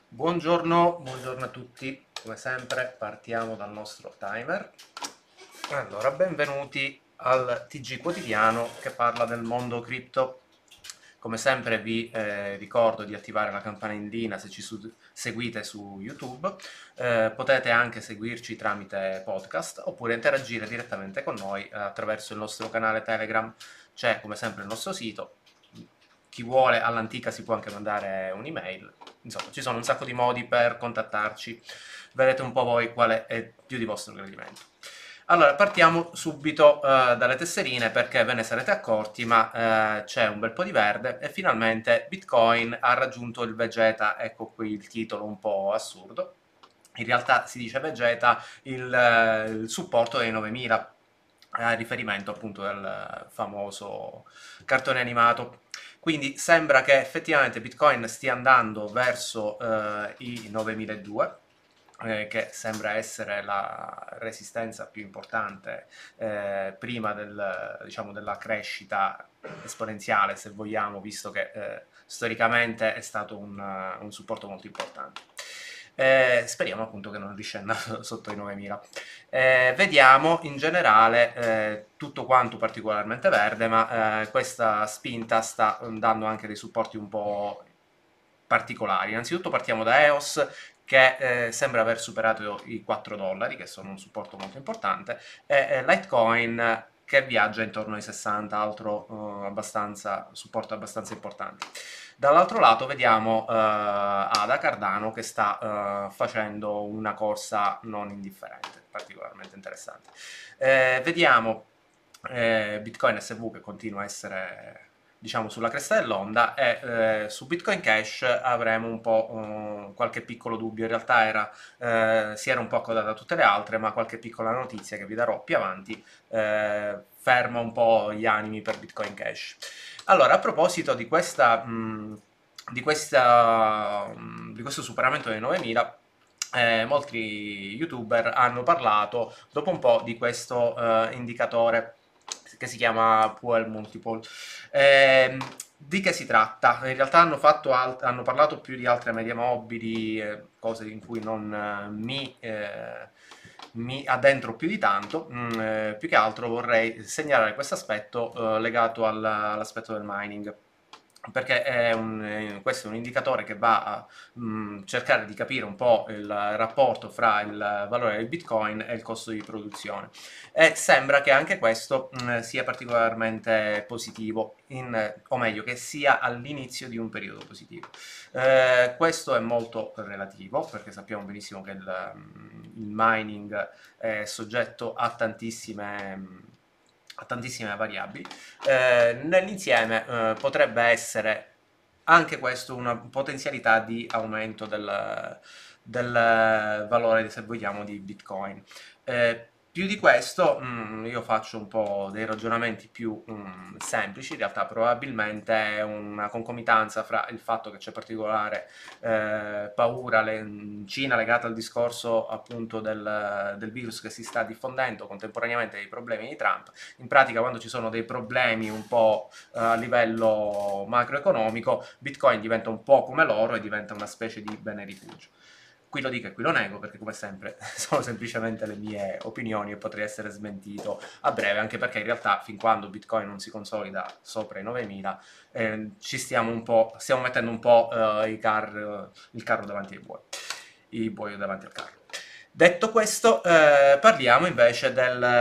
Buongiorno a tutti, come sempre partiamo dal nostro timer. Allora, benvenuti al TG quotidiano che parla del mondo cripto. Come sempre vi ricordo di attivare la campanellina se seguite su YouTube. Potete anche seguirci tramite podcast oppure interagire direttamente con noi attraverso il nostro canale Telegram. C'è come sempre il nostro sito. Chi vuole all'antica si può anche mandare un'email. Insomma, ci sono un sacco di modi per contattarci. Vedete un po' voi quale è più di vostro gradimento. Allora, partiamo subito dalle tesserine perché ve ne sarete accorti, ma c'è un bel po' di verde e finalmente Bitcoin ha raggiunto il Vegeta, ecco qui il titolo un po' assurdo. In realtà si dice Vegeta il supporto dei 9000, a riferimento appunto al famoso cartone animato. Quindi sembra che effettivamente Bitcoin stia andando verso i 9002, che sembra essere la resistenza più importante prima diciamo, della crescita esponenziale, se vogliamo, visto che storicamente è stato un supporto molto importante. Speriamo appunto che non riscenda sotto i 9000. Vediamo in generale tutto quanto particolarmente verde, ma questa spinta sta dando anche dei supporti un po' particolari. Innanzitutto partiamo da EOS, che sembra aver superato i 4 dollari, che sono un supporto molto importante, e Litecoin che viaggia intorno ai 60, altro supporto abbastanza importante. Dall'altro lato vediamo Ada Cardano che sta facendo una corsa non indifferente, particolarmente interessante. Vediamo Bitcoin SV che continua a essere diciamo sulla cresta dell'onda e su Bitcoin Cash avremo un po' qualche piccolo dubbio, in realtà si era un po' accodata a tutte le altre, ma qualche piccola notizia che vi darò più avanti ferma un po' gli animi per Bitcoin Cash. Allora, a proposito di questo superamento dei 9000, molti youtuber hanno parlato dopo un po' di questo indicatore che si chiama Puel Multiple. Di che si tratta? In realtà hanno parlato più di altre medie mobili, cose in cui non mi addentro più di tanto. Più che altro vorrei segnalare questo aspetto legato all'aspetto del mining, perché questo è un indicatore che va a cercare di capire un po' il rapporto fra il valore del Bitcoin e il costo di produzione. E sembra che anche questo sia particolarmente positivo, o meglio, che sia all'inizio di un periodo positivo. Questo è molto relativo, perché sappiamo benissimo che il mining è soggetto a tantissime variabili. Nell'insieme potrebbe essere anche questo una potenzialità di aumento del valore, se vogliamo, di Bitcoin. Più di questo, io faccio un po' dei ragionamenti più semplici, in realtà probabilmente è una concomitanza fra il fatto che c'è particolare paura in Cina legata al discorso appunto del virus che si sta diffondendo, contemporaneamente dei problemi di Trump. In pratica, quando ci sono dei problemi un po' a livello macroeconomico, Bitcoin diventa un po' come l'oro e diventa una specie di bene rifugio. Qui lo dico e qui lo nego perché come sempre sono semplicemente le mie opinioni e potrei essere smentito a breve, anche perché in realtà fin quando Bitcoin non si consolida sopra i 9000 stiamo mettendo un po' il carro davanti ai buoi, i buoi davanti al carro. Detto questo, parliamo invece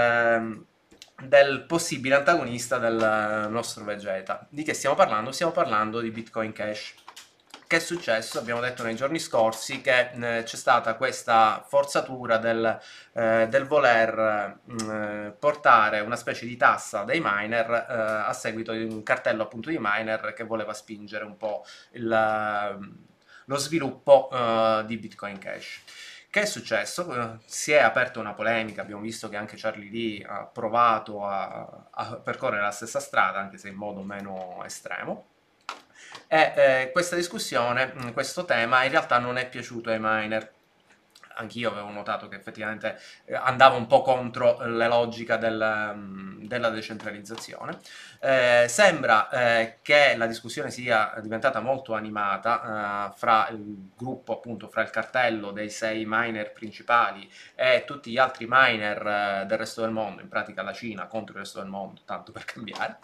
del possibile antagonista del nostro Vegeta. Di che stiamo parlando? Stiamo parlando di Bitcoin Cash. Che è successo? Abbiamo detto nei giorni scorsi che c'è stata questa forzatura del voler portare una specie di tassa dei miner a seguito di un cartello appunto di miner che voleva spingere un po' lo sviluppo di Bitcoin Cash. Che è successo? Si è aperta una polemica, abbiamo visto che anche Charlie Lee ha provato a percorrere la stessa strada, anche se in modo meno estremo. E questa discussione, questo tema in realtà non è piaciuto ai miner. anch'io avevo notato che effettivamente andava un po' contro la logica della decentralizzazione. Sembra che la discussione sia diventata molto animata fra il gruppo, appunto, fra il cartello dei 6 miner principali e tutti gli altri miner del resto del mondo, in pratica la Cina contro il resto del mondo, tanto per cambiare,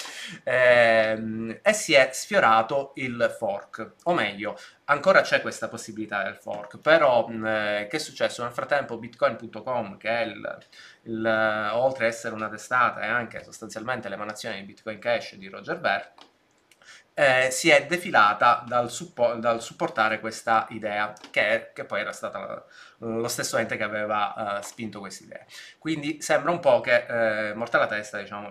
e si è sfiorato il fork, o meglio, ancora c'è questa possibilità del fork, però che è successo? Nel frattempo Bitcoin.com, che è oltre ad essere una testata e anche sostanzialmente l'emanazione di Bitcoin Cash di Roger Ver, si è defilata dal supportare questa idea, che poi era stata lo stesso ente che aveva spinto questa idea. Quindi sembra un po' che morta la testa, diciamo,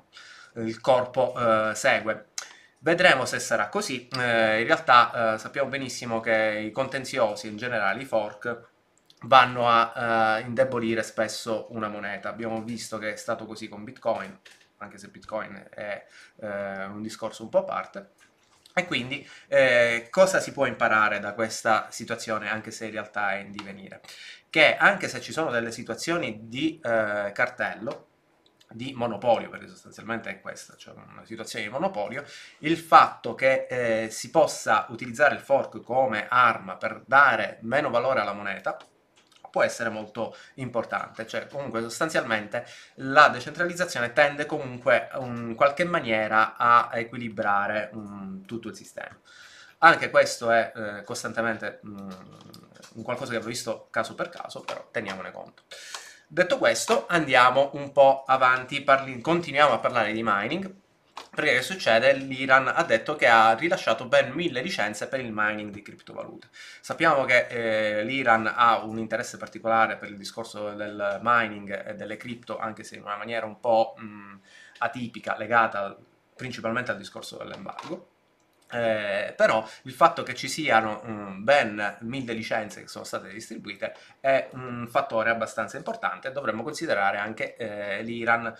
il corpo segue. Vedremo se sarà così. In realtà sappiamo benissimo che i contenziosi, in generale i fork, vanno a indebolire spesso una moneta. Abbiamo visto che è stato così con Bitcoin, anche se Bitcoin è un discorso un po' a parte. E quindi cosa si può imparare da questa situazione, anche se in realtà è in divenire? Che anche se ci sono delle situazioni di cartello, di monopolio, perché sostanzialmente è questa, cioè una situazione di monopolio, il fatto che si possa utilizzare il fork come arma per dare meno valore alla moneta può essere molto importante, cioè comunque sostanzialmente la decentralizzazione tende comunque in qualche maniera a equilibrare tutto il sistema. Anche questo è costantemente un qualcosa che avevo visto caso per caso, però teniamone conto. Detto questo, andiamo un po' avanti, continuiamo a parlare di mining, perché che succede? L'Iran ha detto che ha rilasciato ben 1000 licenze per il mining di criptovalute. Sappiamo che l'Iran ha un interesse particolare per il discorso del mining e delle cripto, anche se in una maniera un po' atipica, legata principalmente al discorso dell'embargo. Però il fatto che ci siano ben 1000 licenze che sono state distribuite è un fattore abbastanza importante e dovremmo considerare anche l'Iran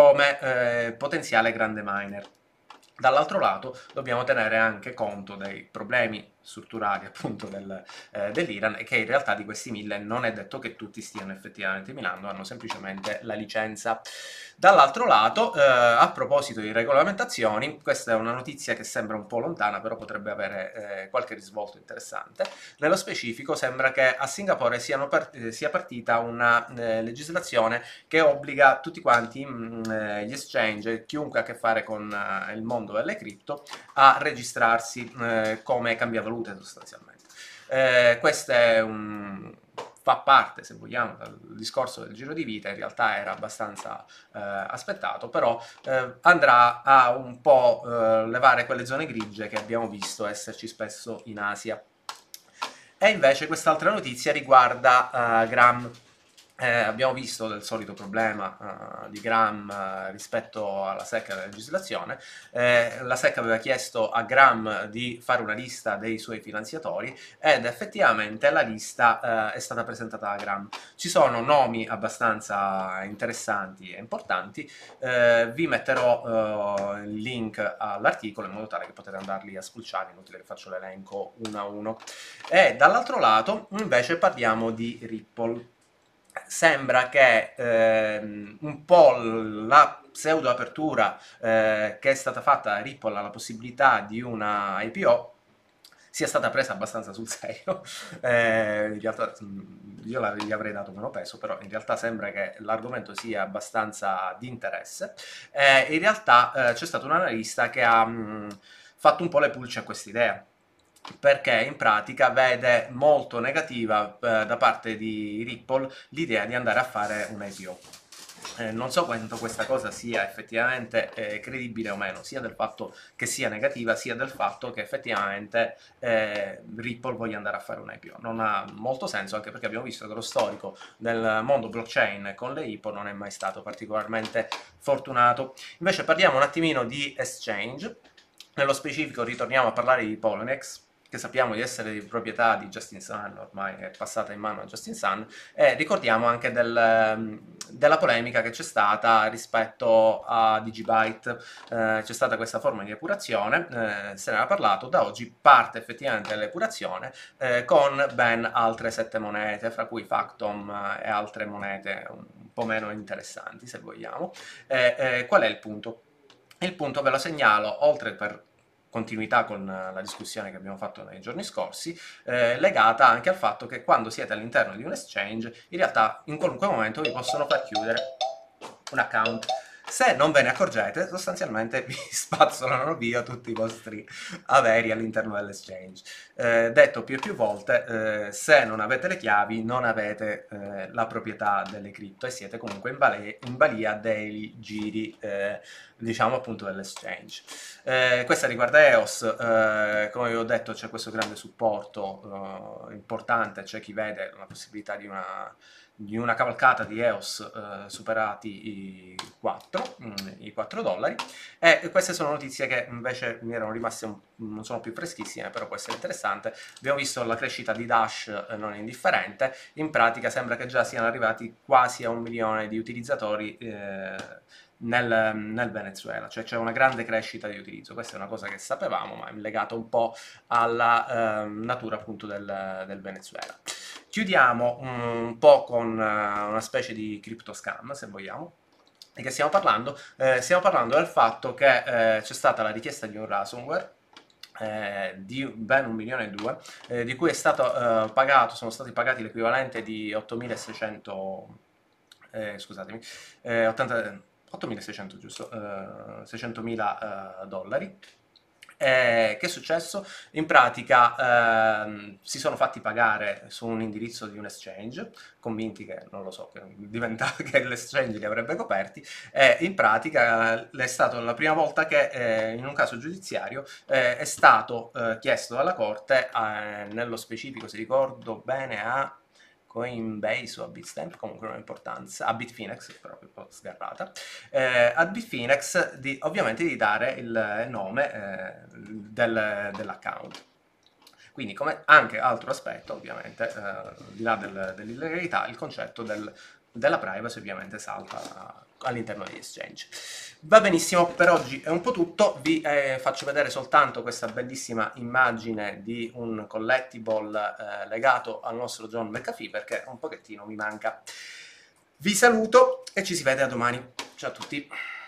come potenziale grande miner. Dall'altro lato dobbiamo tenere anche conto dei problemi strutturali appunto dell'Iran e che in realtà di questi 1000 non è detto che tutti stiano effettivamente minando, hanno semplicemente la licenza. Dall'altro lato, a proposito di regolamentazioni, questa è una notizia che sembra un po' lontana, però potrebbe avere qualche risvolto interessante. Nello specifico sembra che a Singapore sia partita una legislazione che obbliga tutti quanti gli exchange, chiunque ha a che fare con il mondo delle cripto, a registrarsi come cambiavalute sostanzialmente. Questo è fa parte, se vogliamo, dal discorso del giro di vita, in realtà era abbastanza aspettato, però andrà a un po' levare quelle zone grigie che abbiamo visto esserci spesso in Asia. E invece quest'altra notizia riguarda Gram. Abbiamo visto del solito problema di Gram rispetto alla SEC e alla legislazione. La SEC aveva chiesto a Gram di fare una lista dei suoi finanziatori ed effettivamente la lista è stata presentata a Gram. Ci sono nomi abbastanza interessanti e importanti, vi metterò il link all'articolo in modo tale che potete andarli a spulciare, inutile che faccio l'elenco uno a uno. E dall'altro lato invece parliamo di Ripple. Sembra che un po' la pseudo apertura che è stata fatta a Ripple alla possibilità di una IPO sia stata presa abbastanza sul serio. In realtà io gli avrei dato meno peso, però in realtà sembra che l'argomento sia abbastanza di interesse. In realtà c'è stato un analista che ha fatto un po' le pulci a quest'idea, perché in pratica vede molto negativa da parte di Ripple l'idea di andare a fare un IPO. Non so quanto questa cosa sia effettivamente credibile o meno, sia del fatto che sia negativa, sia del fatto che effettivamente Ripple voglia andare a fare un IPO. Non ha molto senso, anche perché abbiamo visto che lo storico del mondo blockchain con le IPO non è mai stato particolarmente fortunato. Invece parliamo un attimino di exchange. Nello specifico ritorniamo a parlare di Poloniex, che sappiamo di essere di proprietà di Justin Sun, ormai è passata in mano a Justin Sun, e ricordiamo anche della polemica che c'è stata rispetto a Digibyte. C'è stata questa forma di epurazione, se ne era parlato, da oggi parte effettivamente l'epurazione con ben altre 7 monete, fra cui Factom e altre monete un po' meno interessanti, se vogliamo. Qual è il punto? Il punto ve lo segnalo, oltre per continuità con la discussione che abbiamo fatto nei giorni scorsi, legata anche al fatto che quando siete all'interno di un exchange, in realtà in qualunque momento vi possono far chiudere un account. Se non ve ne accorgete, sostanzialmente vi spazzolano via tutti i vostri averi all'interno dell'exchange. Detto più e più volte, se non avete le chiavi, non avete la proprietà delle cripto e siete comunque in balia dei giri, diciamo appunto dell'exchange. Questa riguarda EOS, come vi ho detto c'è questo grande supporto importante, c'è chi vede la possibilità di una cavalcata di EOS superati i 4 dollari, e queste sono notizie che invece mi erano rimaste non sono più freschissime, però può essere interessante. Abbiamo visto la crescita di Dash non indifferente, in pratica sembra che già siano arrivati quasi a 1 milione di utilizzatori nel Venezuela, cioè c'è una grande crescita di utilizzo. Questa è una cosa che sapevamo, ma è legata un po' alla natura appunto del Venezuela. Chiudiamo un po' con una specie di crypto scam, se vogliamo. Di che stiamo parlando? Stiamo parlando del fatto che c'è stata la richiesta di un ransomware di ben 1,2 milioni, di cui è stato pagato, sono stati pagati l'equivalente di 8.600, scusatemi, 8.600 giusto, 600.000 dollari. Che è successo? In pratica si sono fatti pagare su un indirizzo di un exchange, convinti che, non lo so, che l'exchange li avrebbe coperti, e in pratica è stata la prima volta che in un caso giudiziario è stato chiesto dalla Corte, nello specifico, se ricordo bene, a Coinbase o a Bitstamp, comunque non ha importanza, a Bitfinex, proprio un po' sgarrata, a Bitfinex ovviamente di dare il nome dell'account. Quindi come anche altro aspetto, ovviamente, al di là dell'illegalità, il concetto della privacy ovviamente salta all'interno degli exchange. Va benissimo, per oggi è un po' tutto, vi faccio vedere soltanto questa bellissima immagine di un collectible legato al nostro John McAfee, perché un pochettino mi manca. Vi saluto e ci si vede a domani. Ciao a tutti.